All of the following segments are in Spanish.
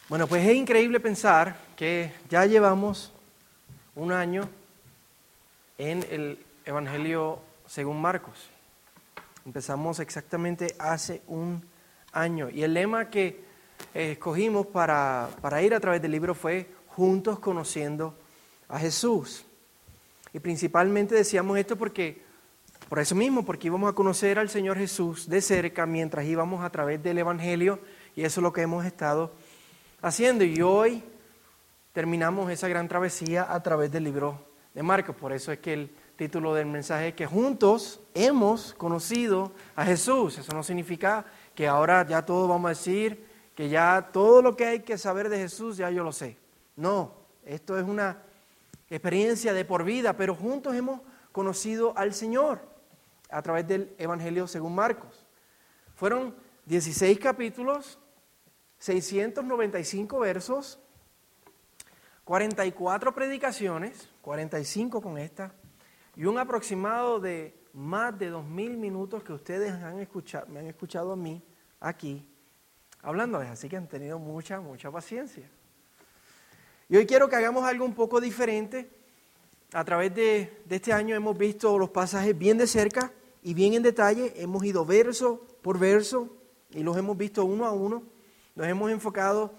Bueno, pues es increíble pensar que ya llevamos un año en el Evangelio según Marcos. Empezamos exactamente hace un año. Y el lema que escogimos para ir a través del libro fue Juntos conociendo a Jesús. Y principalmente decíamos esto porque, por eso mismo, porque íbamos a conocer al Señor Jesús de cerca mientras íbamos a través del Evangelio, y eso es lo que hemos estado haciendo. Y hoy terminamos esa gran travesía a través del libro de Marcos. Por eso es que el título del mensaje es que juntos hemos conocido a Jesús. Eso no significa que ahora ya todo vamos a decir, que ya todo lo que hay que saber de Jesús ya yo lo sé. No, esto es una experiencia de por vida, pero juntos hemos conocido al Señor a través del Evangelio según Marcos. Fueron 16 capítulos, 695 versos, 44 predicaciones, 45 con esta, y un aproximado de más de 2000 minutos que ustedes me han escuchado a mí aquí hablándoles, así que han tenido mucha paciencia. Y hoy quiero que hagamos algo un poco diferente. A través de este año hemos visto los pasajes bien de cerca y bien en detalle, hemos ido verso por verso y los hemos visto uno a uno. Nos hemos enfocado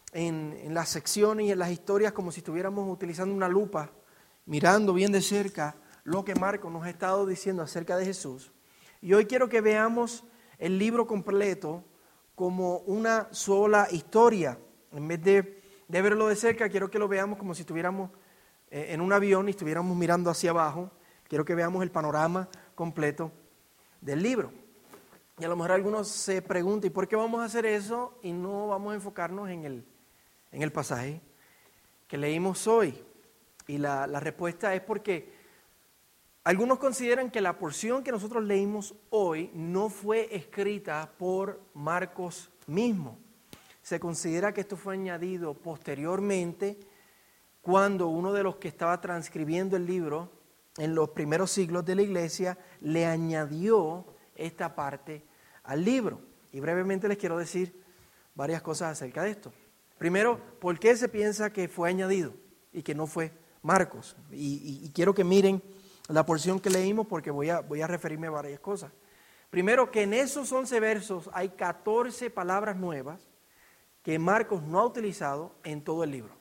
en las secciones y en las historias como si estuviéramos utilizando una lupa, mirando bien de cerca lo que Marcos nos ha estado diciendo acerca de Jesús. Y hoy quiero que veamos el libro completo como una sola historia. En vez de verlo de cerca, quiero que lo veamos como si estuviéramos en un avión y estuviéramos mirando hacia abajo. Quiero que veamos el panorama completo del libro. Y a lo mejor algunos se preguntan, ¿y por qué vamos a hacer eso y no vamos a enfocarnos en el pasaje que leímos hoy? Y la respuesta es porque algunos consideran que la porción que nosotros leímos hoy no fue escrita por Marcos mismo. Se considera que esto fue añadido posteriormente cuando uno de los que estaba transcribiendo el libro en los primeros siglos de la iglesia le añadió esta parte al libro. Y brevemente les quiero decir varias cosas acerca de esto. Primero, ¿por qué se piensa que fue añadido y que no fue Marcos? Y quiero que miren la porción que leímos porque voy a referirme a varias cosas. Primero, que en esos 11 versos hay 14 palabras nuevas que Marcos no ha utilizado en todo el libro.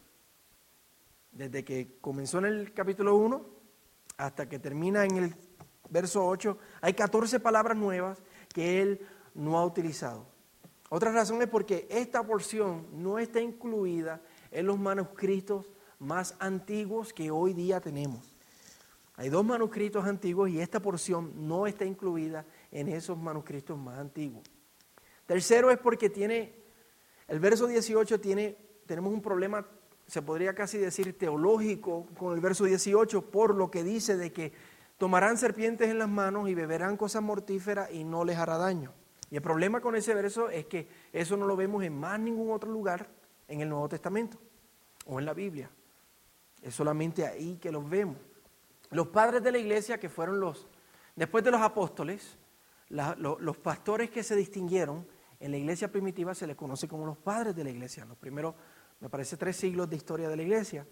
Desde que comenzó en el capítulo 1 hasta que termina en el verso 8, hay 14 palabras nuevas que él no ha utilizado. Otra razón es porque esta porción no está incluida en los manuscritos más antiguos que hoy día tenemos. Hay 2 manuscritos antiguos y esta porción no está incluida en esos manuscritos más antiguos. Tercero es porque el verso 18 tenemos un problema, se podría casi decir teológico con el verso 18, por lo que dice de que tomarán serpientes en las manos y beberán cosas mortíferas y no les hará daño. Y el problema con ese verso es que eso no lo vemos en más ningún otro lugar en el Nuevo Testamento o en la Biblia. Es solamente ahí que los vemos. Los padres de la iglesia, que fueron después de los apóstoles, los pastores que se distinguieron en la iglesia primitiva se les conoce como los padres de la iglesia. Los primeros, me parece, 3 siglos de historia de la iglesia.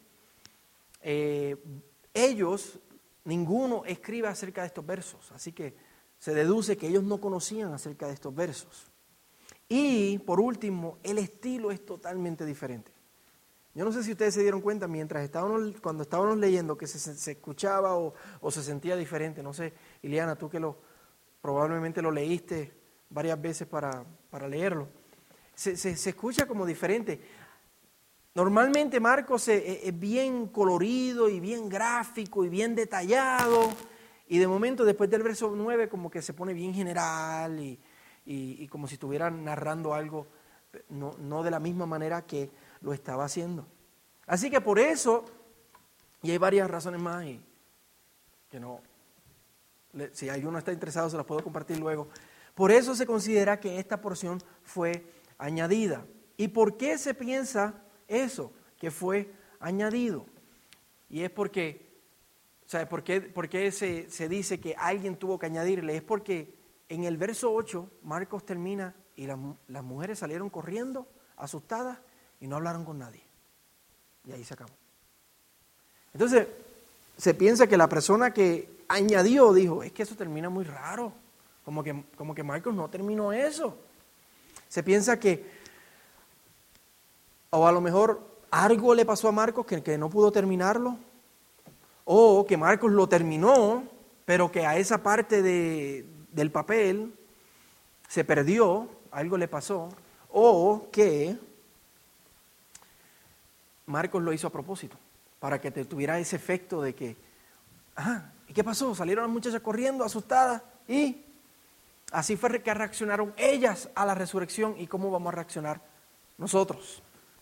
Ellos, ninguno escribe acerca de estos versos, así que se deduce que ellos no conocían acerca de estos versos. Y, por último, el estilo es totalmente diferente. Yo no sé si ustedes se dieron cuenta cuando estábamos leyendo que se escuchaba o se sentía diferente. No sé, Ileana, tú que probablemente lo leíste varias veces para leerlo. Se escucha como diferente. Normalmente Marcos es bien colorido y bien gráfico y bien detallado. Y de momento, después del verso 9, como que se pone bien general y como si estuvieran narrando algo, no de la misma manera que lo estaba haciendo. Así que por eso, y hay varias razones más, y que no, si alguno está interesado se las puedo compartir luego. Por eso se considera que esta porción fue añadida. ¿Y por qué se piensa eso, que fue añadido? Y es porque, ¿sabe por qué se dice que alguien tuvo que añadirle? Es porque en el verso 8 Marcos termina y las mujeres salieron corriendo, asustadas, y no hablaron con nadie. Y ahí se acabó. Entonces, se piensa que la persona que añadió dijo, es que eso termina muy raro, como que Marcos no terminó eso. Se piensa que, o a lo mejor algo le pasó a Marcos que no pudo terminarlo, o que Marcos lo terminó, pero que a esa parte del papel se perdió, algo le pasó, o que Marcos lo hizo a propósito, para que tuviera ese efecto de que, ¿y qué pasó? Salieron las muchachas corriendo, asustadas, y así fue que reaccionaron ellas a la resurrección, y cómo vamos a reaccionar nosotros.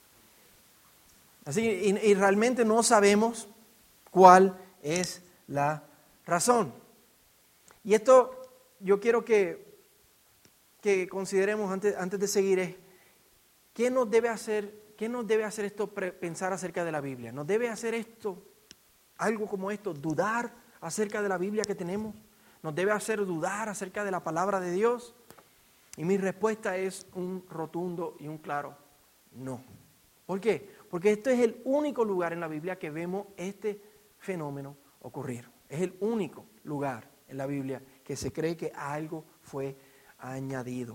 Así, y realmente no sabemos cuál es la razón. Y esto yo quiero que consideremos antes de seguir es, ¿qué nos debe hacer esto pensar acerca de la Biblia? ¿Nos debe hacer esto, algo como esto, dudar acerca de la Biblia que tenemos? ¿Nos debe hacer dudar acerca de la palabra de Dios? Y mi respuesta es un rotundo y un claro no. ¿Por qué? Porque este es el único lugar en la Biblia que vemos este fenómeno ocurrir. Es el único lugar en la Biblia que se cree que algo fue añadido.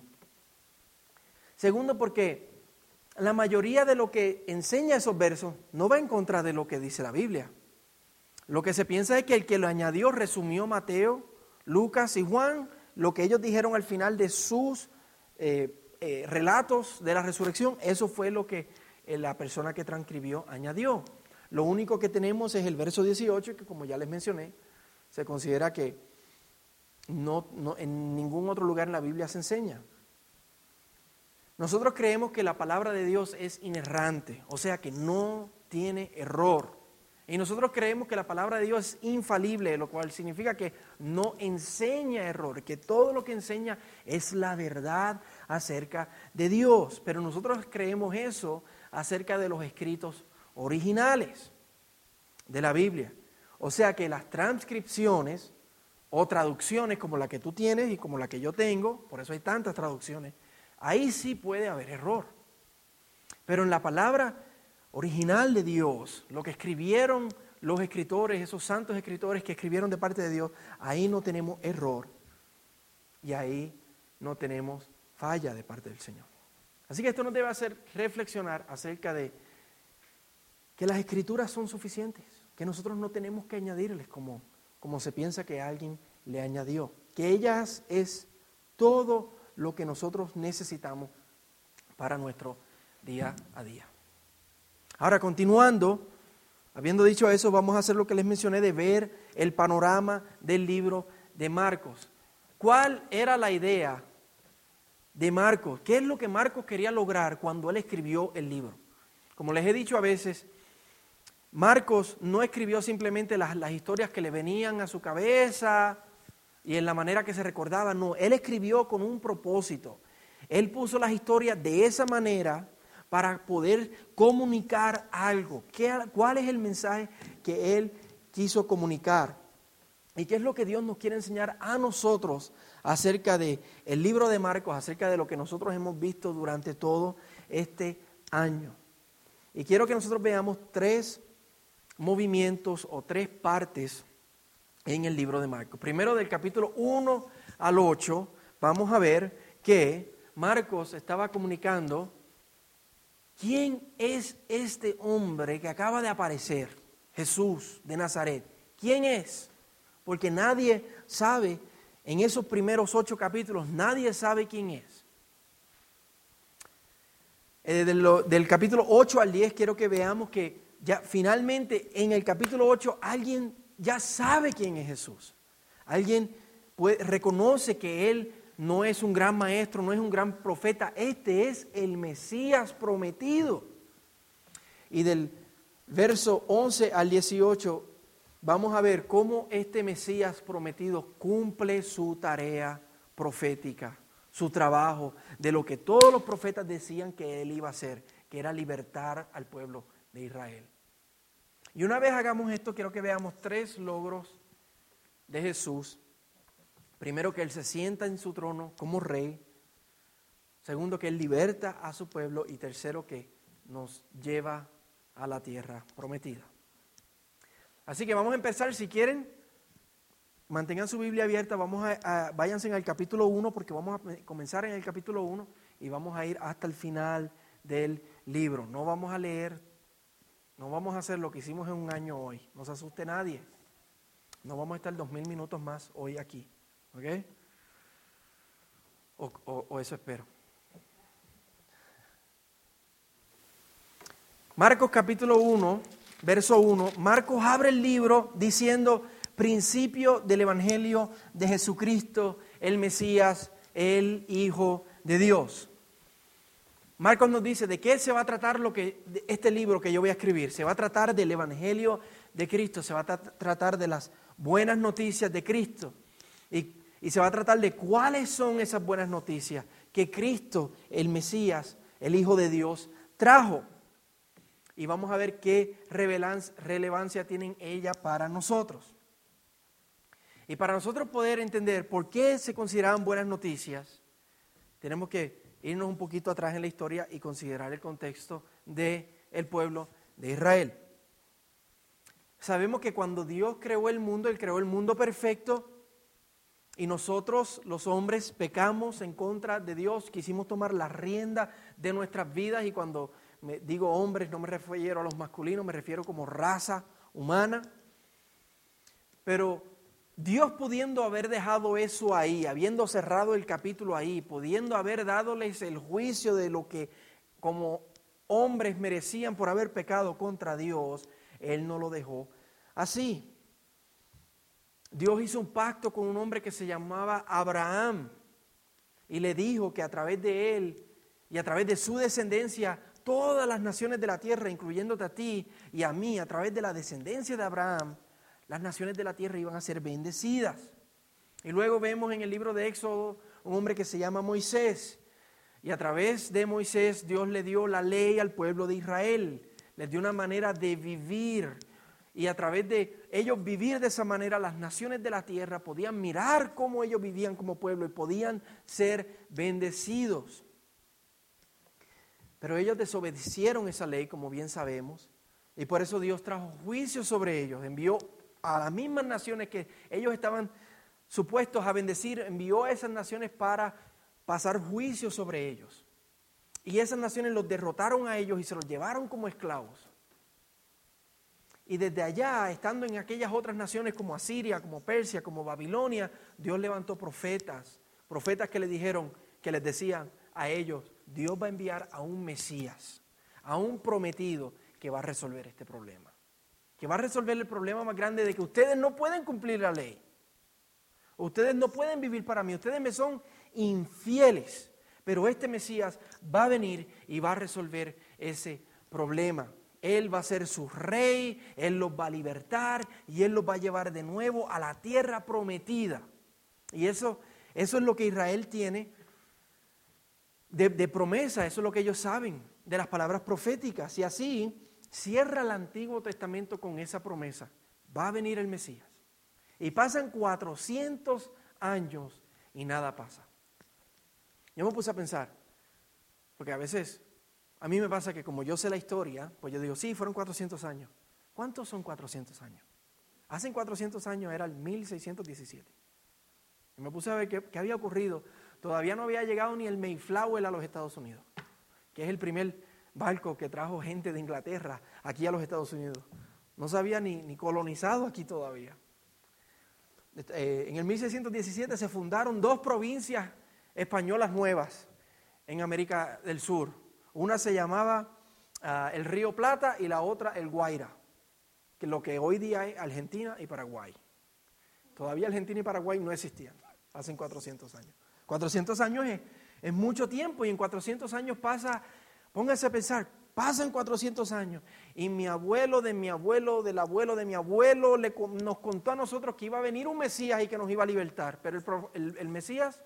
Segundo, porque la mayoría de lo que enseña esos versos no va en contra de lo que dice la Biblia. Lo que se piensa es que el que lo añadió resumió Mateo, Lucas y Juan, lo que ellos dijeron al final de sus relatos de la resurrección, eso fue lo que la persona que transcribió añadió. Lo único que tenemos es el verso 18, que como ya les mencioné, se considera que no en ningún otro lugar en la Biblia se enseña. Nosotros creemos que la palabra de Dios es inerrante, o sea que no tiene error. Y nosotros creemos que la palabra de Dios es infalible, lo cual significa que no enseña error, que todo lo que enseña es la verdad acerca de Dios. Pero nosotros creemos eso acerca de los escritos originales de la Biblia. O sea que las transcripciones o traducciones como la que tú tienes y como la que yo tengo, por eso hay tantas traducciones, ahí sí puede haber error. Pero en la palabra original de Dios, lo que escribieron los escritores, esos santos escritores que escribieron de parte de Dios, ahí no tenemos error y ahí no tenemos falla de parte del Señor. Así que esto nos debe hacer reflexionar acerca de que las escrituras son suficientes, que nosotros no tenemos que añadirles como se piensa que alguien le añadió, que ellas es todo lo que nosotros necesitamos para nuestro día a día. Ahora, continuando, habiendo dicho eso, vamos a hacer lo que les mencioné de ver el panorama del libro de Marcos. ¿Cuál era la idea de Marcos? ¿Qué es lo que Marcos quería lograr cuando él escribió el libro? Como les he dicho a veces, Marcos no escribió simplemente las historias que le venían a su cabeza y en la manera que se recordaba, no, él escribió con un propósito. Él puso las historias de esa manera para poder comunicar algo. ¿Cuál es el mensaje que él quiso comunicar? ¿Y qué es lo que Dios nos quiere enseñar a nosotros acerca del libro de Marcos, acerca de lo que nosotros hemos visto durante todo este año? Y quiero que nosotros veamos 3 movimientos o 3 partes en el libro de Marcos. Primero, del capítulo 1 al 8, vamos a ver que Marcos estaba comunicando quién es este hombre que acaba de aparecer, Jesús de Nazaret. ¿Quién es? Porque nadie sabe, en esos primeros 8 capítulos, nadie sabe quién es. Del capítulo 8 al 10 quiero que veamos que ya finalmente en el capítulo 8 alguien ya sabe quién es Jesús. Alguien reconoce que Él no es un gran maestro, no es un gran profeta. Este es el Mesías prometido. Y del verso 11 al 18 vamos a ver cómo este Mesías prometido cumple su tarea profética, su trabajo, de lo que todos los profetas decían que Él iba a hacer, que era libertar al pueblo de Israel. Y una vez hagamos esto, quiero que veamos 3 logros de Jesús. Primero, que Él se sienta en su trono como rey. Segundo, que Él liberta a su pueblo. Y tercero, que nos lleva a la tierra prometida. Así que vamos a empezar, si quieren, mantengan su Biblia abierta, váyanse en el capítulo 1, porque vamos a comenzar en el capítulo 1 y vamos a ir hasta el final del libro. No vamos a leer, no vamos a hacer lo que hicimos en un año hoy, no se asuste nadie. No vamos a estar 2000 minutos más hoy aquí, ¿ok? O eso espero. Marcos capítulo 1, verso 1. Marcos abre el libro diciendo: principio del Evangelio de Jesucristo, el Mesías, el Hijo de Dios. Marcos nos dice de qué se va a tratar este libro que yo voy a escribir. Se va a tratar del Evangelio de Cristo, se va a tratar de las buenas noticias de Cristo. Y se va a tratar de cuáles son esas buenas noticias que Cristo, el Mesías, el Hijo de Dios, trajo. Y vamos a ver qué relevancia tienen ellas para nosotros. Y para nosotros poder entender por qué se consideraban buenas noticias, tenemos que irnos un poquito atrás en la historia y considerar el contexto del pueblo de Israel. Sabemos que cuando Dios creó el mundo, Él creó el mundo perfecto y nosotros, los hombres, pecamos en contra de Dios, quisimos tomar la rienda de nuestras vidas y cuando digo hombres no me refiero a los masculinos, me refiero como raza humana. Pero Dios pudiendo haber dejado eso ahí, habiendo cerrado el capítulo ahí, pudiendo haber dadoles el juicio de lo que como hombres merecían por haber pecado contra Dios, Él no lo dejó así. Dios hizo un pacto con un hombre que se llamaba Abraham y le dijo que a través de él y a través de su descendencia todas las naciones de la tierra, incluyéndote a ti y a mí, a través de la descendencia de Abraham, las naciones de la tierra iban a ser bendecidas. Y luego vemos en el libro de Éxodo un hombre que se llama Moisés. Y a través de Moisés Dios le dio la ley al pueblo de Israel. Les dio una manera de vivir. Y a través de ellos vivir de esa manera, las naciones de la tierra podían mirar cómo ellos vivían como pueblo y podían ser bendecidos. Pero ellos desobedecieron esa ley, como bien sabemos. Y por eso Dios trajo juicio sobre ellos. Envió a las mismas naciones que ellos estaban supuestos a bendecir, envió a esas naciones para pasar juicio sobre ellos. Y esas naciones los derrotaron a ellos y se los llevaron como esclavos. Y desde allá, estando en aquellas otras naciones como Asiria, como Persia, como Babilonia, Dios levantó profetas que les dijeron, que les decían a ellos, Dios va a enviar a un Mesías, a un prometido que va a resolver este problema. Que va a resolver el problema más grande de que ustedes no pueden cumplir la ley. Ustedes no pueden vivir para mí, ustedes me son infieles. Pero este Mesías va a venir y va a resolver ese problema. Él va a ser su rey, Él los va a libertar y Él los va a llevar de nuevo a la tierra prometida. Y eso es lo que Israel tiene de promesa, eso es lo que ellos saben de las palabras proféticas. Y así cierra el Antiguo Testamento con esa promesa. Va a venir el Mesías. Y pasan 400 años y nada pasa. Yo me puse a pensar, porque a veces a mí me pasa que como yo sé la historia, pues yo digo, sí, fueron 400 años. ¿Cuántos son 400 años? Hace 400 años era el 1617. Y me puse a ver qué había ocurrido. Todavía no había llegado ni el Mayflower a los Estados Unidos, que es el primer barco que trajo gente de Inglaterra aquí a los Estados Unidos. No se había ni colonizado aquí todavía. En el 1617 se fundaron 2 provincias españolas nuevas en América del Sur. Una se llamaba el Río Plata y la otra el Guaira, que es lo que hoy día es Argentina y Paraguay. Todavía Argentina y Paraguay no existían, hace 400 años. 400 años es mucho tiempo y en 400 años pasa, pónganse a pensar, pasan 400 años y mi abuelo de mi abuelo, del abuelo de mi abuelo nos contó a nosotros que iba a venir un Mesías y que nos iba a libertar, pero el Mesías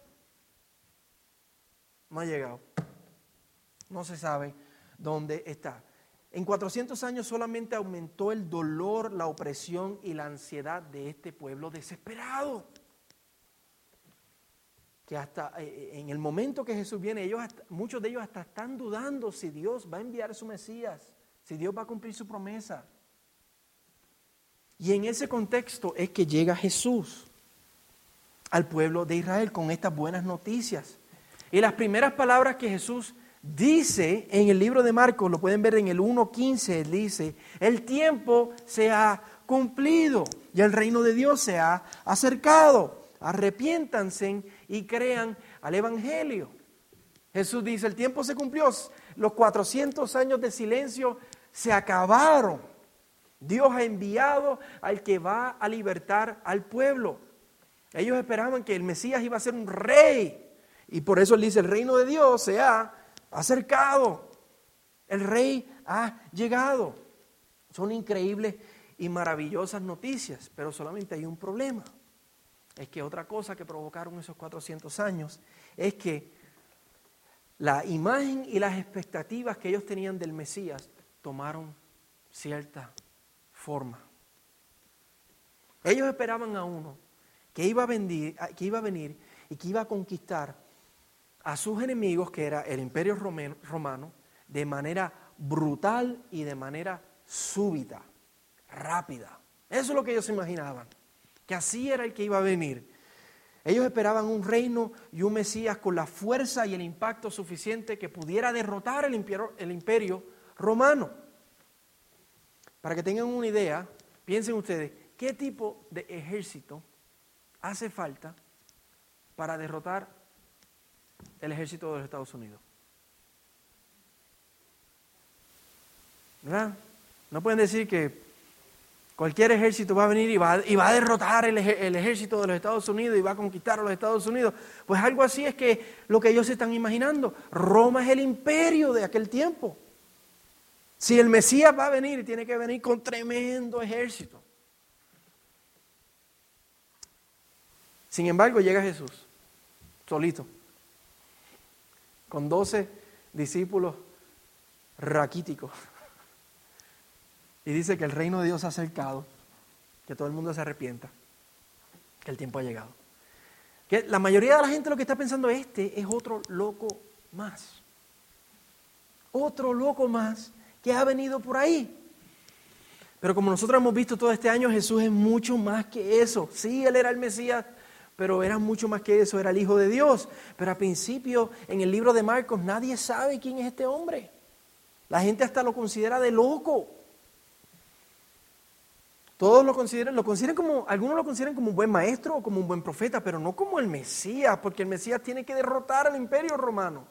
no ha llegado. No se sabe dónde está. En 400 años solamente aumentó el dolor, la opresión y la ansiedad de este pueblo desesperado. que hasta en el momento que Jesús viene, muchos de ellos hasta están dudando si Dios va a enviar a su Mesías, si Dios va a cumplir su promesa. Y en ese contexto es que llega Jesús al pueblo de Israel con estas buenas noticias. Y las primeras palabras que Jesús dice en el libro de Marcos, lo pueden ver en el 1:15, dice: el tiempo se ha cumplido y el reino de Dios se ha acercado. Arrepiéntanse y crean al Evangelio. Jesús dice: el tiempo se cumplió, los 400 años de silencio se acabaron. Dios ha enviado al que va a libertar al pueblo. Ellos esperaban que el Mesías iba a ser un rey, y por eso él dice: el reino de Dios se ha acercado, el rey ha llegado. Son increíbles y maravillosas noticias, pero solamente hay un problema. Es que otra cosa que provocaron esos 400 años es que la imagen y las expectativas que ellos tenían del Mesías tomaron cierta forma. Ellos esperaban a uno que iba a venir y que iba a conquistar a sus enemigos, que era el Imperio Romano, de manera brutal y de manera súbita, rápida. Eso es lo que ellos imaginaban, que así era el que iba a venir. Ellos esperaban un reino y un Mesías con la fuerza y el impacto suficiente que pudiera derrotar el imperio romano. Para que tengan una idea, piensen ustedes, ¿qué tipo de ejército hace falta para derrotar el ejército de los Estados Unidos? ¿Verdad? No pueden decir que cualquier ejército va a venir y va a derrotar el ejército de los Estados Unidos y va a conquistar a los Estados Unidos. Pues algo así es que lo que ellos se están imaginando. Roma es el imperio de aquel tiempo. Si el Mesías va a venir, tiene que venir con tremendo ejército. Sin embargo, llega Jesús, solito, con 12 discípulos raquíticos. Y dice que el reino de Dios se ha acercado, que todo el mundo se arrepienta, que el tiempo ha llegado. Que la mayoría de la gente lo que está pensando, este es otro loco más. Otro loco más que ha venido por ahí. Pero como nosotros hemos visto todo este año, Jesús es mucho más que eso. Sí, Él era el Mesías, pero era mucho más que eso, era el Hijo de Dios. Pero al principio, en el libro de Marcos, nadie sabe quién es este hombre. La gente hasta lo considera de loco. Todos lo consideran como, algunos lo consideran como un buen maestro o como un buen profeta, pero no como el Mesías, porque el Mesías tiene que derrotar al imperio romano.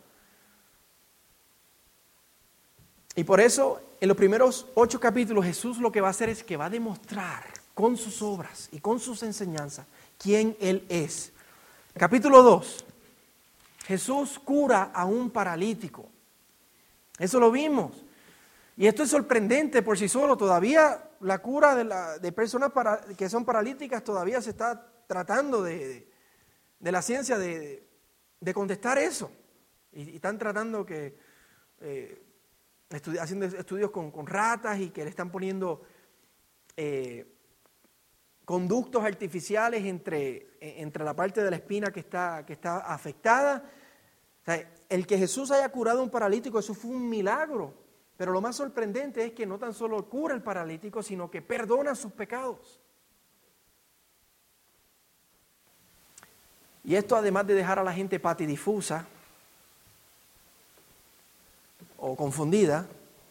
Y por eso, en los primeros 8 capítulos, Jesús lo que va a hacer es que va a demostrar con sus obras y con sus enseñanzas quién Él es. Capítulo 2, Jesús cura a un paralítico. Eso lo vimos. Y esto es sorprendente por sí solo. Todavía la cura de personas que son paralíticas todavía se está tratando de la ciencia de contestar eso. Y están tratando haciendo estudios con ratas y que le están poniendo conductos artificiales entre la parte de la espina que está afectada. O sea, el que Jesús haya curado a un paralítico, eso fue un milagro. Pero lo más sorprendente es que no tan solo cura al paralítico, sino que perdona sus pecados. Y esto, además de dejar a la gente patidifusa o confundida,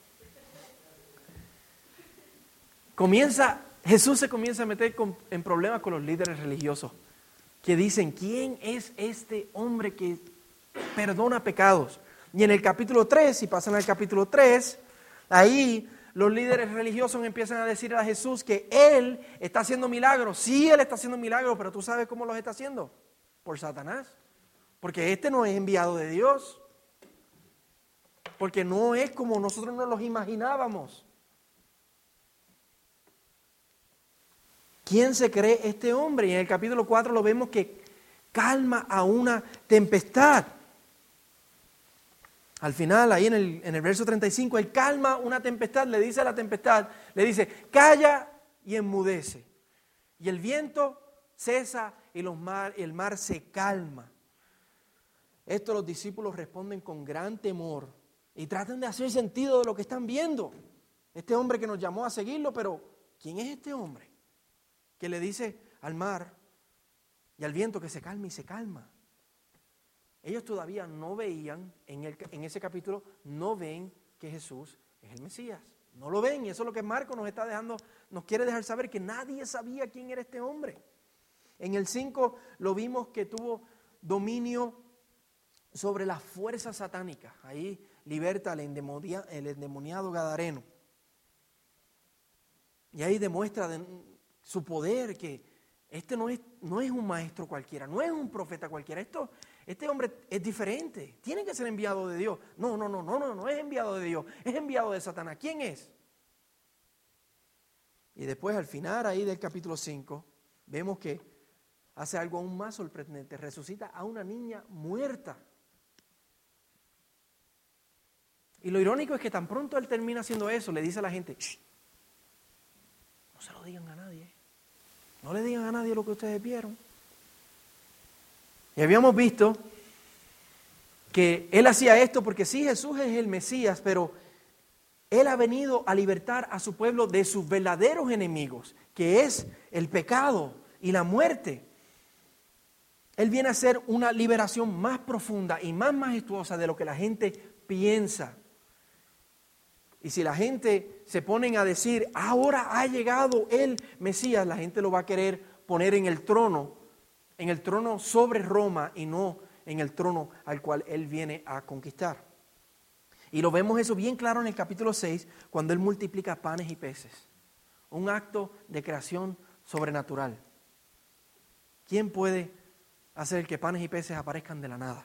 Jesús se comienza a meter en problemas con los líderes religiosos, que dicen: ¿quién es este hombre que perdona pecados? Y en el capítulo 3, si pasan al capítulo 3, ahí los líderes religiosos empiezan a decir a Jesús que Él está haciendo milagros. Sí, Él está haciendo milagros, pero ¿tú sabes cómo los está haciendo? Por Satanás. Porque este no es enviado de Dios. Porque no es como nosotros nos los imaginábamos. ¿Quién se cree este hombre? Y en el capítulo 4 lo vemos que calma a una tempestad. Al final, ahí en el verso 35, Él calma una tempestad, le dice a la tempestad, le dice: calla y enmudece. Y el viento cesa y el mar se calma. esto los discípulos responden con gran temor y tratan de hacer sentido de lo que están viendo. Este hombre que nos llamó a seguirlo, pero ¿quién es este hombre? Que le dice al mar y al viento que se calme y se calma. Ellos todavía no veían, en ese capítulo, no ven que Jesús es el Mesías. No lo ven, y eso es lo que Marcos nos quiere dejar saber, que nadie sabía quién era este hombre. En el 5 lo vimos que tuvo dominio sobre las fuerzas satánicas. Ahí liberta el endemoniado gadareno. Y ahí demuestra su poder, que este no es un maestro cualquiera, no es un profeta cualquiera. Este hombre es diferente, tiene que ser enviado de Dios. No es enviado de Dios, es enviado de Satanás. ¿Quién es? Y después al final ahí del capítulo 5 vemos que hace algo aún más sorprendente, resucita a una niña muerta. Y lo irónico es que tan pronto él termina haciendo eso, le dice a la gente, ¡shh! No se lo digan a nadie. No le digan a nadie lo que ustedes vieron. Y habíamos visto que él hacía esto porque sí, Jesús es el Mesías, pero él ha venido a libertar a su pueblo de sus verdaderos enemigos, que es el pecado y la muerte. Él viene a hacer una liberación más profunda y más majestuosa de lo que la gente piensa. Y si la gente se ponen a decir, ahora ha llegado el Mesías, la gente lo va a querer poner en el trono sobre Roma y no en el trono al cual él viene a conquistar. Y lo vemos eso bien claro en el capítulo 6, cuando él multiplica panes y peces. Un acto de creación sobrenatural. ¿Quién puede hacer que panes y peces aparezcan de la nada?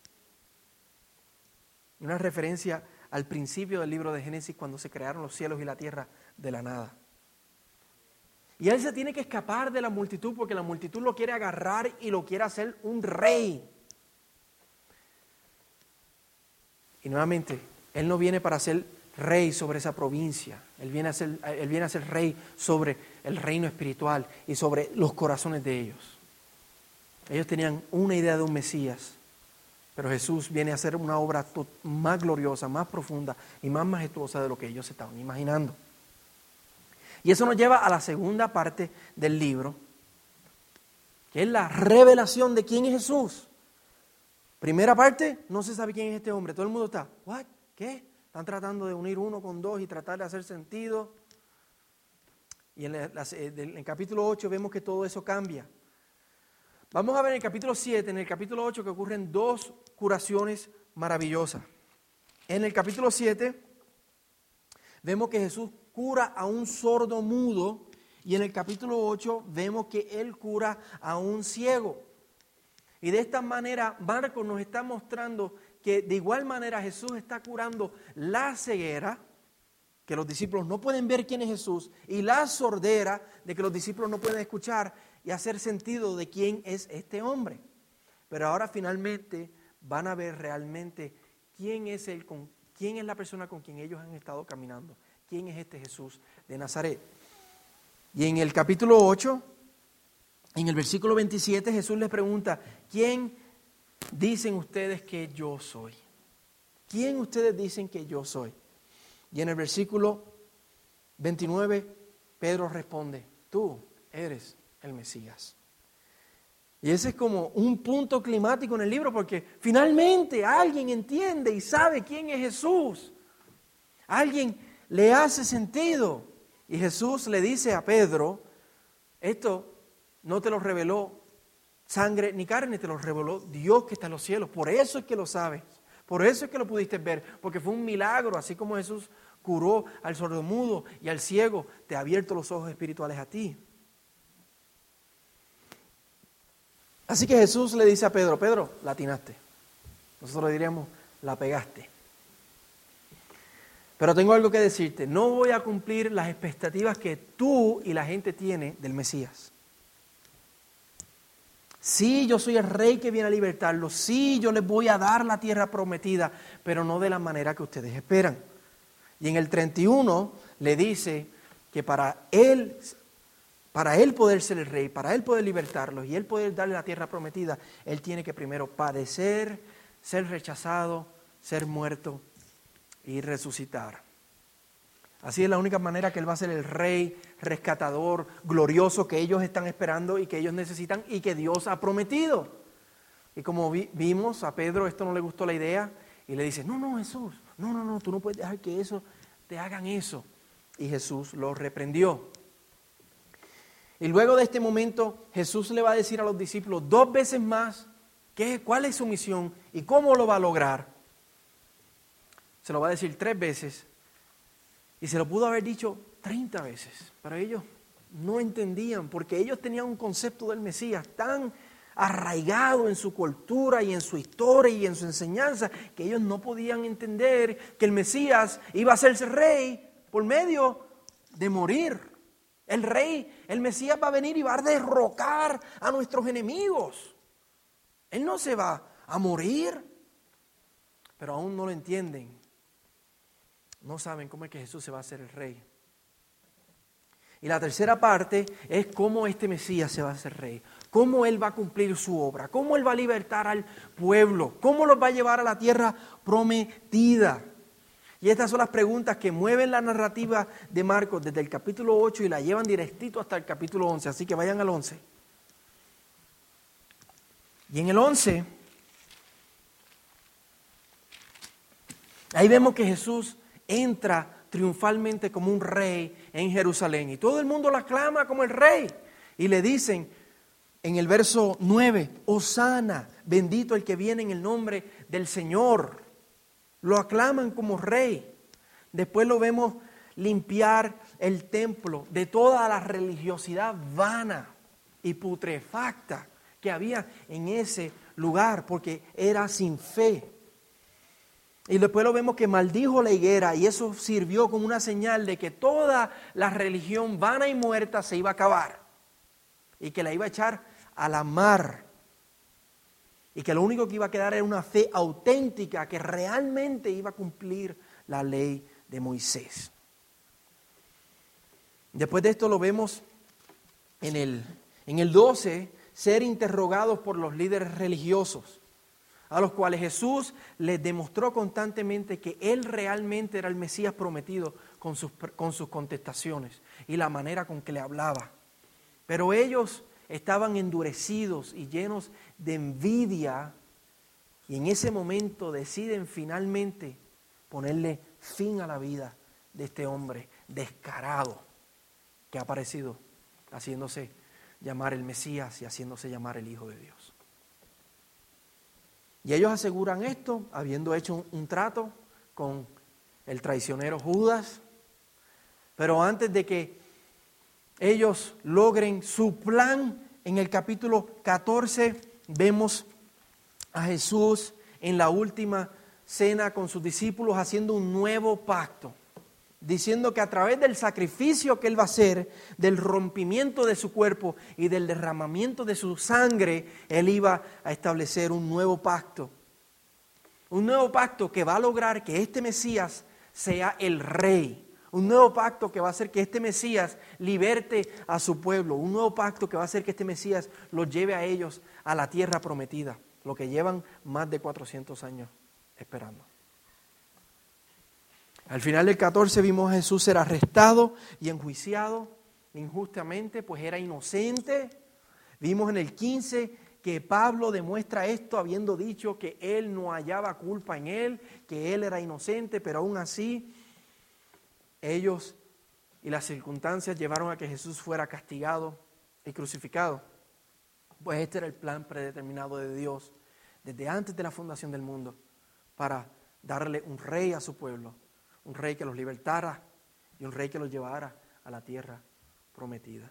Una referencia al principio del libro de Génesis, cuando se crearon los cielos y la tierra de la nada. Y él se tiene que escapar de la multitud porque la multitud lo quiere agarrar y lo quiere hacer un rey. Y nuevamente, él no viene para ser rey sobre esa provincia. Él viene a ser rey sobre el reino espiritual y sobre los corazones de ellos. Ellos tenían una idea de un Mesías, pero Jesús viene a hacer una obra más gloriosa, más profunda y más majestuosa de lo que ellos estaban imaginando. Y eso nos lleva a la segunda parte del libro, que es la revelación de quién es Jesús. Primera parte, no se sabe quién es este hombre. Todo el mundo está, ¿what? ¿Qué? Están tratando de unir uno con dos y tratar de hacer sentido. Y en el capítulo 8 vemos que todo eso cambia. Vamos a ver en el capítulo 7, en el capítulo 8, que ocurren dos curaciones maravillosas. En el capítulo 7 vemos que Jesús cura a un sordo mudo, y en el capítulo 8 vemos que él cura a un ciego. Y de esta manera Marcos nos está mostrando que de igual manera Jesús está curando la ceguera, que los discípulos no pueden ver quién es Jesús, y la sordera, de que los discípulos no pueden escuchar y hacer sentido de quién es este hombre. Pero ahora finalmente van a ver realmente quién es la persona con quien ellos han estado caminando. ¿Quién es este Jesús de Nazaret? Y en el capítulo 8, en el versículo 27, Jesús les pregunta, ¿quién dicen ustedes que yo soy? ¿Quién ustedes dicen que yo soy? Y en el versículo 29, Pedro responde, tú eres el Mesías. Y ese es como un punto climático en el libro, porque finalmente alguien entiende y sabe quién es Jesús. Alguien le hace sentido. Y Jesús le dice a Pedro, esto no te lo reveló sangre ni carne, te lo reveló Dios que está en los cielos. Por eso es que lo sabes. Por eso es que lo pudiste ver, porque fue un milagro, así como Jesús curó al sordomudo y al ciego, te ha abierto los ojos espirituales a ti. Así que Jesús le dice a Pedro, Pedro, la atinaste. Nosotros diríamos, la pegaste. Pero tengo algo que decirte, no voy a cumplir las expectativas que tú y la gente tiene del Mesías. Sí, yo soy el rey que viene a libertarlos. Sí, yo les voy a dar la tierra prometida, pero no de la manera que ustedes esperan. Y en el 31 le dice que para él poder ser el rey, para él poder libertarlos y él poder darle la tierra prometida, él tiene que primero padecer ser rechazado, ser muerto y resucitar. Así es la única manera que Él va a ser el Rey rescatador, glorioso que ellos están esperando y que ellos necesitan y que Dios ha prometido. Y como vimos, a Pedro esto no le gustó la idea y le dice, no, Jesús, no, tú no puedes dejar que te hagan eso. Y Jesús lo reprendió. Y luego de este momento, Jesús le va a decir a los discípulos 2 veces más cuál es su misión y cómo lo va a lograr. Se lo va a decir 3 veces y se lo pudo haber dicho 30 veces, pero ellos no entendían porque ellos tenían un concepto del Mesías tan arraigado en su cultura y en su historia y en su enseñanza que ellos no podían entender que el Mesías iba a hacerse rey por medio de morir. El rey, el Mesías va a venir y va a derrocar a nuestros enemigos. Él no se va a morir, pero aún no lo entienden. No saben cómo es que Jesús se va a hacer el rey. Y la tercera parte es cómo este Mesías se va a hacer rey, cómo Él va a cumplir su obra, cómo Él va a libertar al pueblo, cómo los va a llevar a la tierra prometida. Y estas son las preguntas que mueven la narrativa de Marcos desde el capítulo 8 y la llevan directito hasta el capítulo 11. Así que vayan al 11. Y en el 11, ahí vemos que Jesús entra triunfalmente como un rey en Jerusalén. Y todo el mundo lo aclama como el rey. Y le dicen en el verso 9, Hosana, bendito el que viene en el nombre del Señor. Lo aclaman como rey. Después lo vemos limpiar el templo de toda la religiosidad vana y putrefacta que había en ese lugar, porque era sin fe. Y después lo vemos que maldijo la higuera y eso sirvió como una señal de que toda la religión vana y muerta se iba a acabar y que la iba a echar a la mar. Y que lo único que iba a quedar era una fe auténtica que realmente iba a cumplir la ley de Moisés. Después de esto lo vemos en el 12, ser interrogados por los líderes religiosos, a los cuales Jesús les demostró constantemente que Él realmente era el Mesías prometido con sus contestaciones y la manera con que le hablaba. Pero ellos estaban endurecidos y llenos de envidia y en ese momento deciden finalmente ponerle fin a la vida de este hombre descarado que ha aparecido haciéndose llamar el Mesías y haciéndose llamar el Hijo de Dios. Y ellos aseguran esto habiendo hecho un trato con el traicionero Judas, pero antes de que ellos logren su plan, en el capítulo 14 vemos a Jesús en la última cena con sus discípulos haciendo un nuevo pacto, diciendo que a través del sacrificio que Él va a hacer, del rompimiento de su cuerpo y del derramamiento de su sangre, Él iba a establecer un nuevo pacto. Un nuevo pacto que va a lograr que este Mesías sea el rey. Un nuevo pacto que va a hacer que este Mesías liberte a su pueblo. Un nuevo pacto que va a hacer que este Mesías los lleve a ellos a la tierra prometida. Lo que llevan más de 400 años esperando. Al final del 14 vimos a Jesús ser arrestado y enjuiciado injustamente, pues era inocente. Vimos en el 15 que Pablo demuestra esto habiendo dicho que él no hallaba culpa en él, que él era inocente, pero aún así ellos y las circunstancias llevaron a que Jesús fuera castigado y crucificado. Pues este era el plan predeterminado de Dios desde antes de la fundación del mundo para darle un rey a su pueblo, un rey que los libertara y un rey que los llevara a la tierra prometida.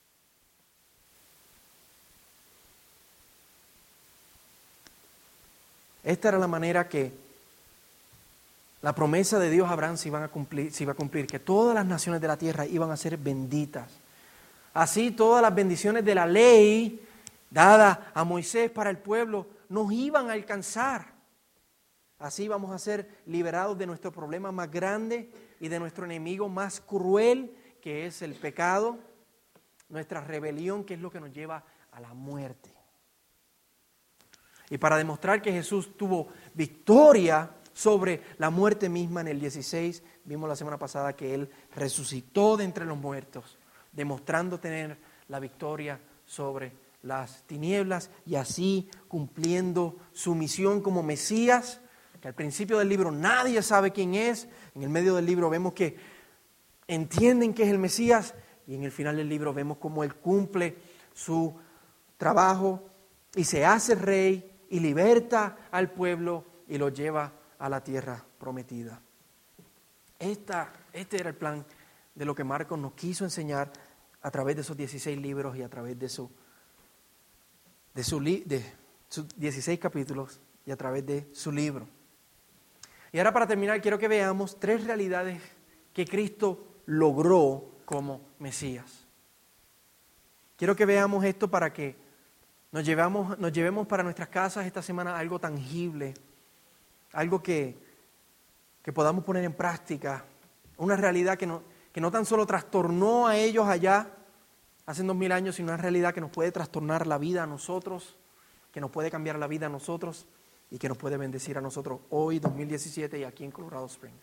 Esta era la manera que la promesa de Dios a Abraham se iba a cumplir, que todas las naciones de la tierra iban a ser benditas. Así todas las bendiciones de la ley dada a Moisés para el pueblo nos iban a alcanzar. Así vamos a ser liberados de nuestro problema más grande y de nuestro enemigo más cruel, que es el pecado, nuestra rebelión, que es lo que nos lleva a la muerte. Y para demostrar que Jesús tuvo victoria sobre la muerte misma, en el 16 vimos la semana pasada que Él resucitó de entre los muertos, demostrando tener la victoria sobre las tinieblas y así cumpliendo su misión como Mesías, que al principio del libro nadie sabe quién es. En el medio del libro vemos que entienden que es el Mesías y en el final del libro vemos cómo Él cumple su trabajo y se hace rey y liberta al pueblo y lo lleva a la tierra prometida. Este era el plan de lo que Marcos nos quiso enseñar a través de esos 16 libros y a través de sus 16 capítulos y a través de su libro. Y ahora para terminar quiero que veamos 3 realidades que Cristo logró como Mesías. Quiero que veamos esto para que nos llevemos para nuestras casas esta semana algo tangible, algo que podamos poner en práctica, una realidad que no tan solo trastornó a ellos allá hace 2000 años, sino una realidad que nos puede trastornar la vida a nosotros, que nos puede cambiar la vida a nosotros y que nos puede bendecir a nosotros hoy, 2017, y aquí en Colorado Springs.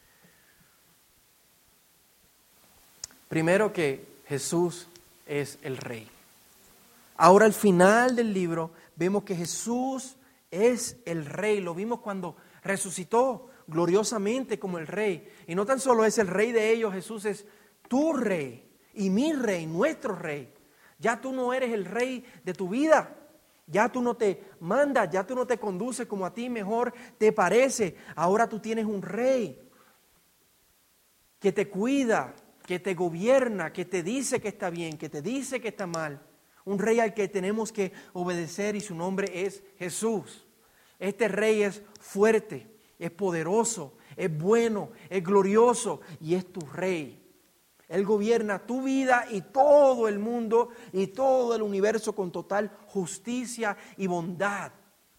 Primero, que Jesús es el Rey. Ahora al final del libro vemos que Jesús es el Rey. Lo vimos cuando resucitó gloriosamente como el Rey. Y no tan solo es el Rey de ellos, Jesús es tu Rey y mi Rey, nuestro Rey. Ya tú no eres el Rey de tu vida. Ya tú no te mandas, ya tú no te conduces como a ti mejor te parece. Ahora tú tienes un Rey que te cuida, que te gobierna, que te dice que está bien, que te dice que está mal. Un Rey al que tenemos que obedecer y su nombre es Jesús. Este Rey es fuerte, es poderoso, es bueno, es glorioso y es tu Rey. Él gobierna tu vida y todo el mundo y todo el universo con total justicia y bondad.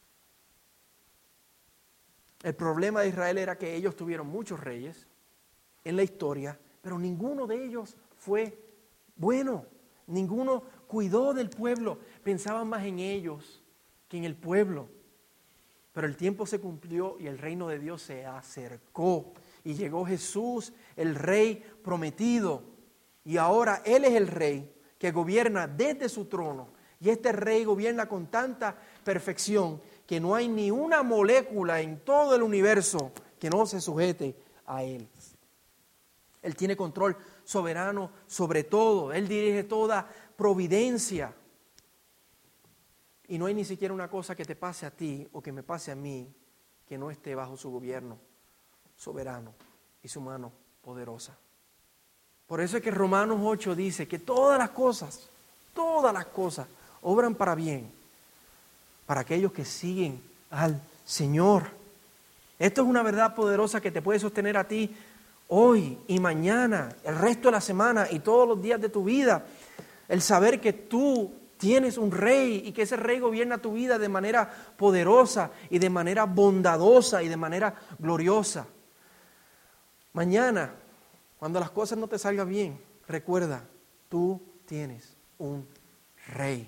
El problema de Israel era que ellos tuvieron muchos reyes en la historia, pero ninguno de ellos fue bueno. Ninguno cuidó del pueblo. Pensaban más en ellos que en el pueblo. Pero el tiempo se cumplió y el reino de Dios se acercó. Y llegó Jesús, el Rey prometido. Y ahora Él es el Rey que gobierna desde su trono. Y este Rey gobierna con tanta perfección que no hay ni una molécula en todo el universo que no se sujete a Él. Él tiene control soberano sobre todo. Él dirige toda providencia. Y no hay ni siquiera una cosa que te pase a ti o que me pase a mí que no esté bajo su gobierno soberano y su mano poderosa. Por eso es que Romanos 8 dice que todas las cosas obran para bien, para aquellos que siguen al Señor. Esto es una verdad poderosa que te puede sostener a ti hoy y mañana, el resto de la semana y todos los días de tu vida. El saber que tú tienes un Rey y que ese Rey gobierna tu vida de manera poderosa y de manera bondadosa y de manera gloriosa. Mañana, cuando las cosas no te salgan bien, recuerda, tú tienes un Rey.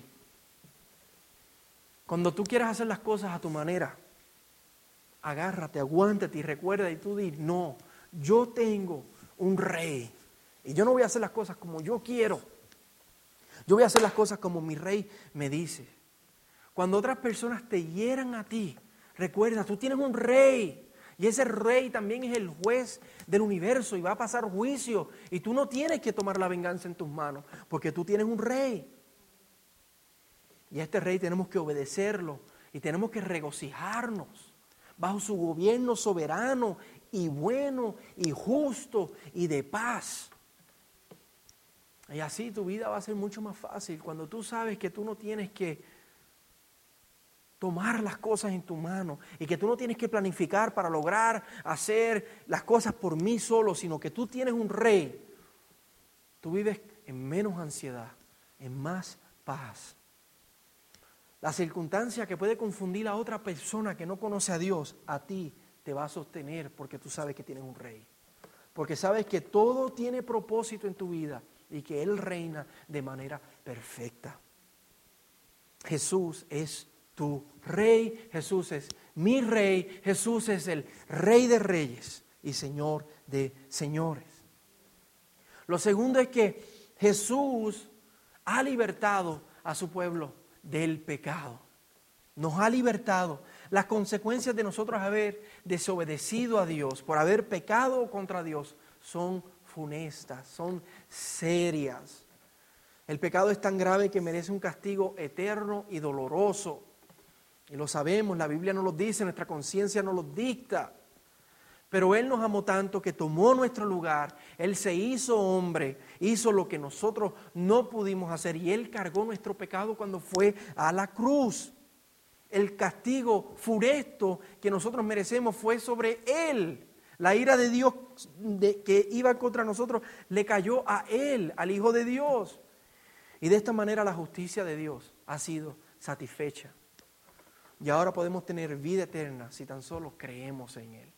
Cuando tú quieras hacer las cosas a tu manera, agárrate, aguántate y recuerda y tú di, no, yo tengo un Rey y yo no voy a hacer las cosas como yo quiero. Yo voy a hacer las cosas como mi Rey me dice. Cuando otras personas te hieran a ti, recuerda, tú tienes un Rey. Y ese Rey también es el juez del universo y va a pasar juicio. Y tú no tienes que tomar la venganza en tus manos, porque tú tienes un Rey. Y a este Rey tenemos que obedecerlo y tenemos que regocijarnos bajo su gobierno soberano y bueno y justo y de paz. Y así tu vida va a ser mucho más fácil cuando tú sabes que tú no tienes que tomar las cosas en tu mano y que tú no tienes que planificar para lograr hacer las cosas por mí solo, sino que tú tienes un Rey. Tú vives en menos ansiedad, en más paz. La circunstancia que puede confundir a otra persona que no conoce a Dios, a ti te va a sostener porque tú sabes que tienes un Rey. Porque sabes que todo tiene propósito en tu vida y que Él reina de manera perfecta. Jesús es tu rey, Jesús es mi rey, Jesús es el Rey de reyes y Señor de señores. Lo segundo es que Jesús ha libertado a su pueblo del pecado. Nos ha libertado. Las consecuencias de nosotros haber desobedecido a Dios, por haber pecado contra Dios, son funestas, son serias. El pecado es tan grave que merece un castigo eterno y doloroso. Y lo sabemos, la Biblia nos lo dice, nuestra conciencia nos lo dicta. Pero Él nos amó tanto que tomó nuestro lugar, Él se hizo hombre, hizo lo que nosotros no pudimos hacer y Él cargó nuestro pecado cuando fue a la cruz. El castigo funesto que nosotros merecemos fue sobre Él. La ira de Dios que iba contra nosotros le cayó a Él, al Hijo de Dios. Y de esta manera la justicia de Dios ha sido satisfecha. Y ahora podemos tener vida eterna si tan solo creemos en Él.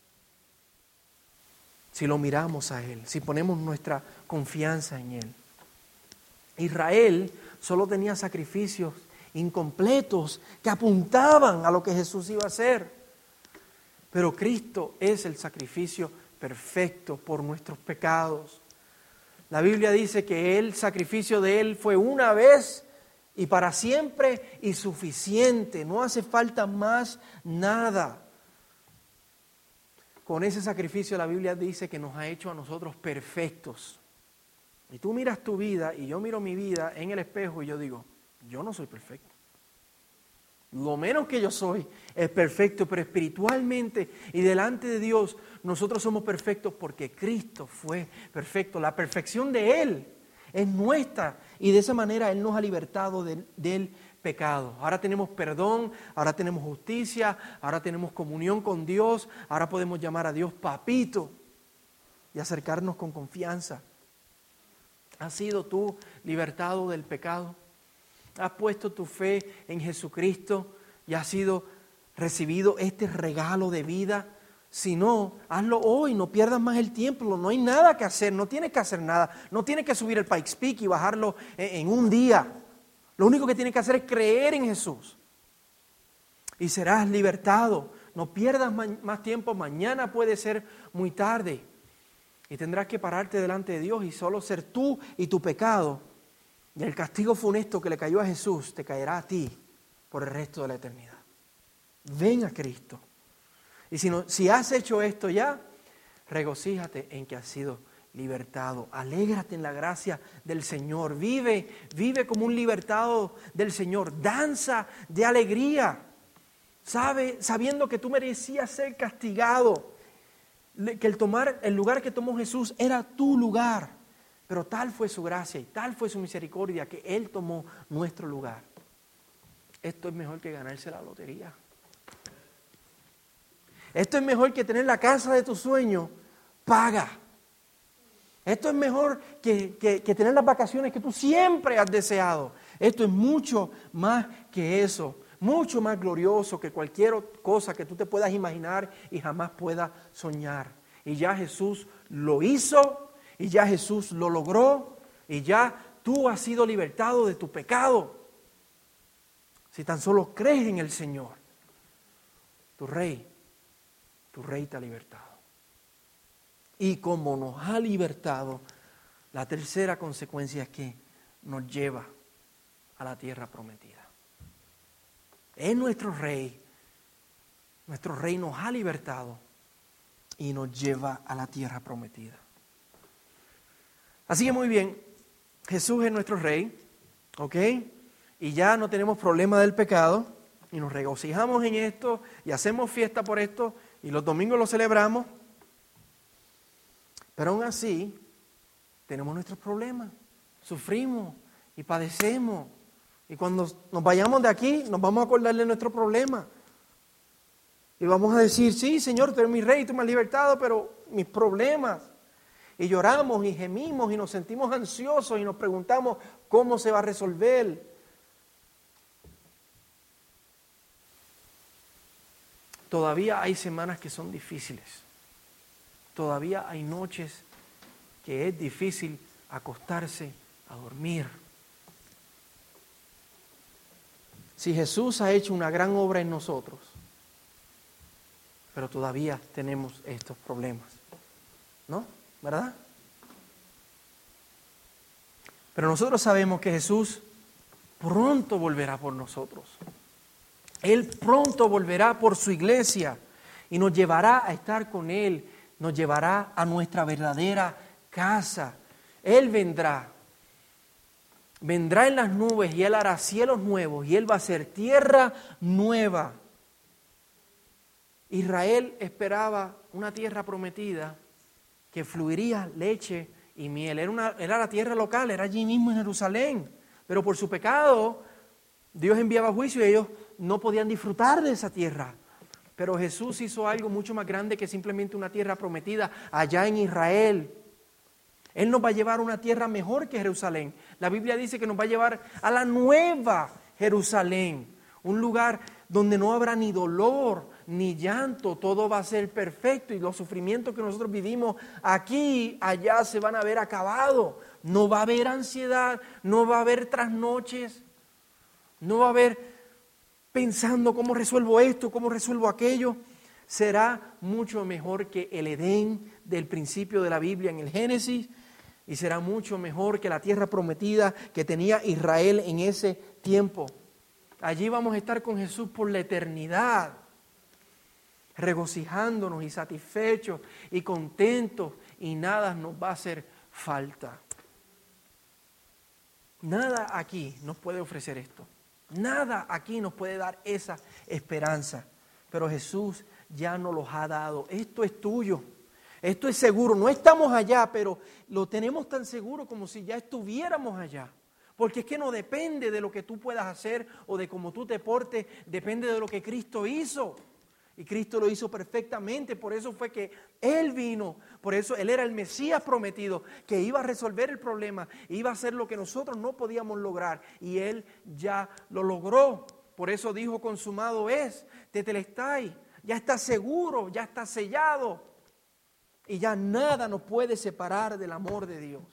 Si lo miramos a Él, si ponemos nuestra confianza en Él. Israel solo tenía sacrificios incompletos que apuntaban a lo que Jesús iba a hacer. Pero Cristo es el sacrificio perfecto por nuestros pecados. La Biblia dice que el sacrificio de Él fue una vez y para siempre y suficiente. No hace falta más nada. Con ese sacrificio la Biblia dice que nos ha hecho a nosotros perfectos. Y tú miras tu vida y yo miro mi vida en el espejo y yo digo, yo no soy perfecto. Lo menos que yo soy es perfecto, pero espiritualmente y delante de Dios nosotros somos perfectos porque Cristo fue perfecto. La perfección de Él es nuestra y de esa manera Él nos ha libertado del pecado. Ahora tenemos perdón, ahora tenemos justicia, ahora tenemos comunión con Dios, ahora podemos llamar a Dios papito y acercarnos con confianza. ¿Has sido tú libertado del pecado? ¿Has puesto tu fe en Jesucristo y has sido recibido este regalo de vida? Si no, hazlo hoy, no pierdas más el tiempo, no hay nada que hacer, no tienes que hacer nada, no tienes que subir el Pikes Peak y bajarlo en un día. Lo único que tienes que hacer es creer en Jesús y serás libertado. No pierdas más tiempo, mañana puede ser muy tarde y tendrás que pararte delante de Dios y solo ser tú y tu pecado. Y el castigo funesto que le cayó a Jesús te caerá a ti por el resto de la eternidad. Ven a Cristo. Y si has hecho esto ya, regocíjate en que has sido libertado. Alégrate en la gracia del Señor. Vive como un libertado del Señor. Danza de alegría. Sabiendo que tú merecías ser castigado. Que el lugar que tomó Jesús era tu lugar. Pero tal fue su gracia y tal fue su misericordia que Él tomó nuestro lugar. Esto es mejor que ganarse la lotería. Esto es mejor que tener la casa de tu sueño paga. Esto es mejor que tener las vacaciones que tú siempre has deseado. Esto es mucho más que eso. Mucho más glorioso que cualquier cosa que tú te puedas imaginar y jamás puedas soñar. Y ya Jesús lo hizo. Y ya Jesús lo logró y ya tú has sido libertado de tu pecado. Si tan solo crees en el Señor, tu Rey te ha libertado. Y como nos ha libertado, la tercera consecuencia es que nos lleva a la tierra prometida. Es nuestro Rey nos ha libertado y nos lleva a la tierra prometida. Así que muy bien, Jesús es nuestro Rey, ¿ok? Y ya no tenemos problema del pecado y nos regocijamos en esto y hacemos fiesta por esto y los domingos lo celebramos. Pero aún así, tenemos nuestros problemas, sufrimos y padecemos. Y cuando nos vayamos de aquí, nos vamos a acordar de nuestro problema. Y vamos a decir, sí, Señor, tú eres mi Rey, tú me has libertado, pero mis problemas. Y lloramos y gemimos y nos sentimos ansiosos y nos preguntamos cómo se va a resolver. Todavía hay semanas que son difíciles. Todavía hay noches que es difícil acostarse a dormir. Si Jesús ha hecho una gran obra en nosotros, pero todavía tenemos estos problemas, ¿no? ¿Verdad? Pero nosotros sabemos que Jesús pronto volverá por nosotros. Él pronto volverá por su iglesia y nos llevará a estar con Él, nos llevará a nuestra verdadera casa. Él vendrá en las nubes y Él hará cielos nuevos y Él va a hacer tierra nueva. Israel esperaba una tierra prometida que fluiría leche y miel. Era la tierra local, era allí mismo en Jerusalén. Pero por su pecado, Dios enviaba juicio y ellos no podían disfrutar de esa tierra. Pero Jesús hizo algo mucho más grande que simplemente una tierra prometida allá en Israel. Él nos va a llevar a una tierra mejor que Jerusalén. La Biblia dice que nos va a llevar a la nueva Jerusalén. Un lugar donde no habrá ni dolor, ni llanto. Todo va a ser perfecto y los sufrimientos que nosotros vivimos aquí, allá se van a ver acabado. No va a haber ansiedad, no va a haber trasnoches, no va a haber pensando cómo resuelvo esto, cómo resuelvo aquello. Será mucho mejor que el Edén del principio de la Biblia en el Génesis y será mucho mejor que la tierra prometida que tenía Israel en ese tiempo. Allí vamos a estar con Jesús por la eternidad, regocijándonos y satisfechos y contentos y nada nos va a hacer falta. Nada aquí nos puede ofrecer esto. Nada aquí nos puede dar esa esperanza. Pero Jesús ya nos los ha dado. Esto es tuyo. Esto es seguro. No estamos allá, pero lo tenemos tan seguro como si ya estuviéramos allá. Porque es que no depende de lo que tú puedas hacer o de cómo tú te portes. Depende de lo que Cristo hizo. Y Cristo lo hizo perfectamente, por eso fue que Él vino, por eso Él era el Mesías prometido, que iba a resolver el problema, iba a hacer lo que nosotros no podíamos lograr, y Él ya lo logró. Por eso dijo, consumado es, tetelestai, ya está seguro, ya está sellado, y ya nada nos puede separar del amor de Dios.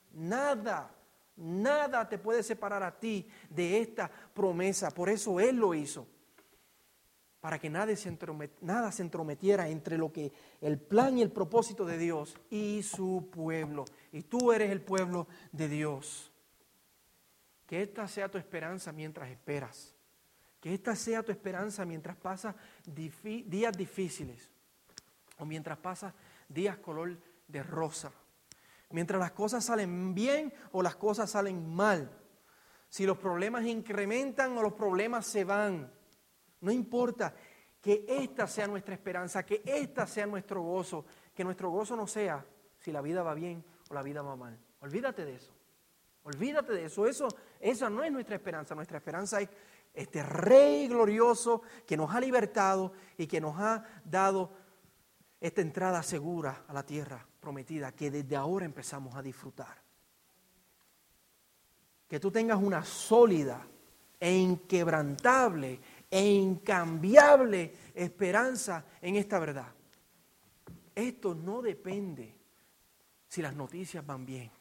Nada te puede separar a ti de esta promesa, por eso Él lo hizo. Para que nada se entrometiera entre lo que el plan y el propósito de Dios y su pueblo. Y tú eres el pueblo de Dios. Que esta sea tu esperanza mientras esperas. Que esta sea tu esperanza mientras pasas días difíciles. O mientras pasas días color de rosa. Mientras las cosas salen bien o las cosas salen mal. Si los problemas incrementan o los problemas se van. No importa, que esta sea nuestra esperanza, que esta sea nuestro gozo, que nuestro gozo no sea si la vida va bien o la vida va mal. Olvídate de eso, olvídate de eso, esa no es nuestra esperanza es este Rey glorioso que nos ha libertado y que nos ha dado esta entrada segura a la tierra prometida que desde ahora empezamos a disfrutar. Que tú tengas una sólida e inquebrantable e incambiable esperanza en esta verdad. Esto no depende si las noticias van bien.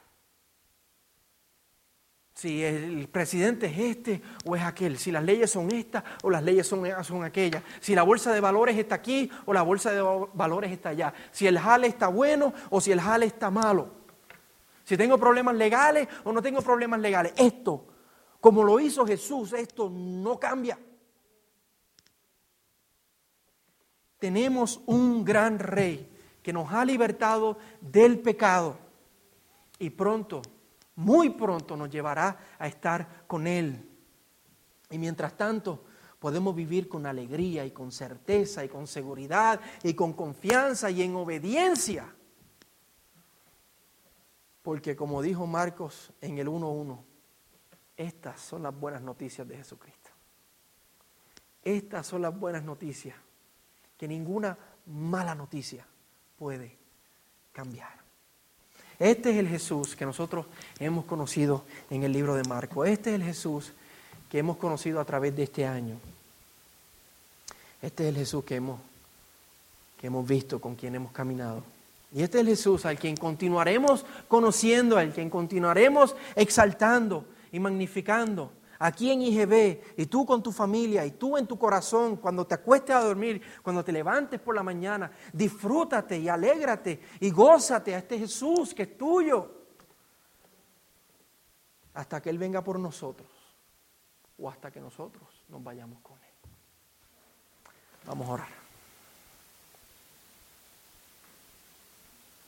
Si el presidente es este o es aquel. Si las leyes son estas o las leyes son aquellas. Si la bolsa de valores está aquí o la bolsa de valores está allá. Si el jale está bueno o si el jale está malo. Si tengo problemas legales o no tengo problemas legales. Esto, como lo hizo Jesús, esto no cambia. Tenemos un gran Rey que nos ha libertado del pecado y pronto, muy pronto nos llevará a estar con Él. Y mientras tanto podemos vivir con alegría y con certeza y con seguridad y con confianza y en obediencia. Porque como dijo Marcos en el 1:1, estas son las buenas noticias de Jesucristo. Estas son las buenas noticias que ninguna mala noticia puede cambiar. Este es el Jesús que nosotros hemos conocido en el libro de Marcos. Este es el Jesús que hemos conocido a través de este año. Este es el Jesús que hemos visto, con quien hemos caminado. Y este es el Jesús al quien continuaremos conociendo, al quien continuaremos exaltando y magnificando, aquí en IGB, y tú con tu familia, y tú en tu corazón, cuando te acuestes a dormir, cuando te levantes por la mañana, disfrútate y alégrate y gózate a este Jesús que es tuyo, hasta que Él venga por nosotros, o hasta que nosotros nos vayamos con Él. Vamos a orar.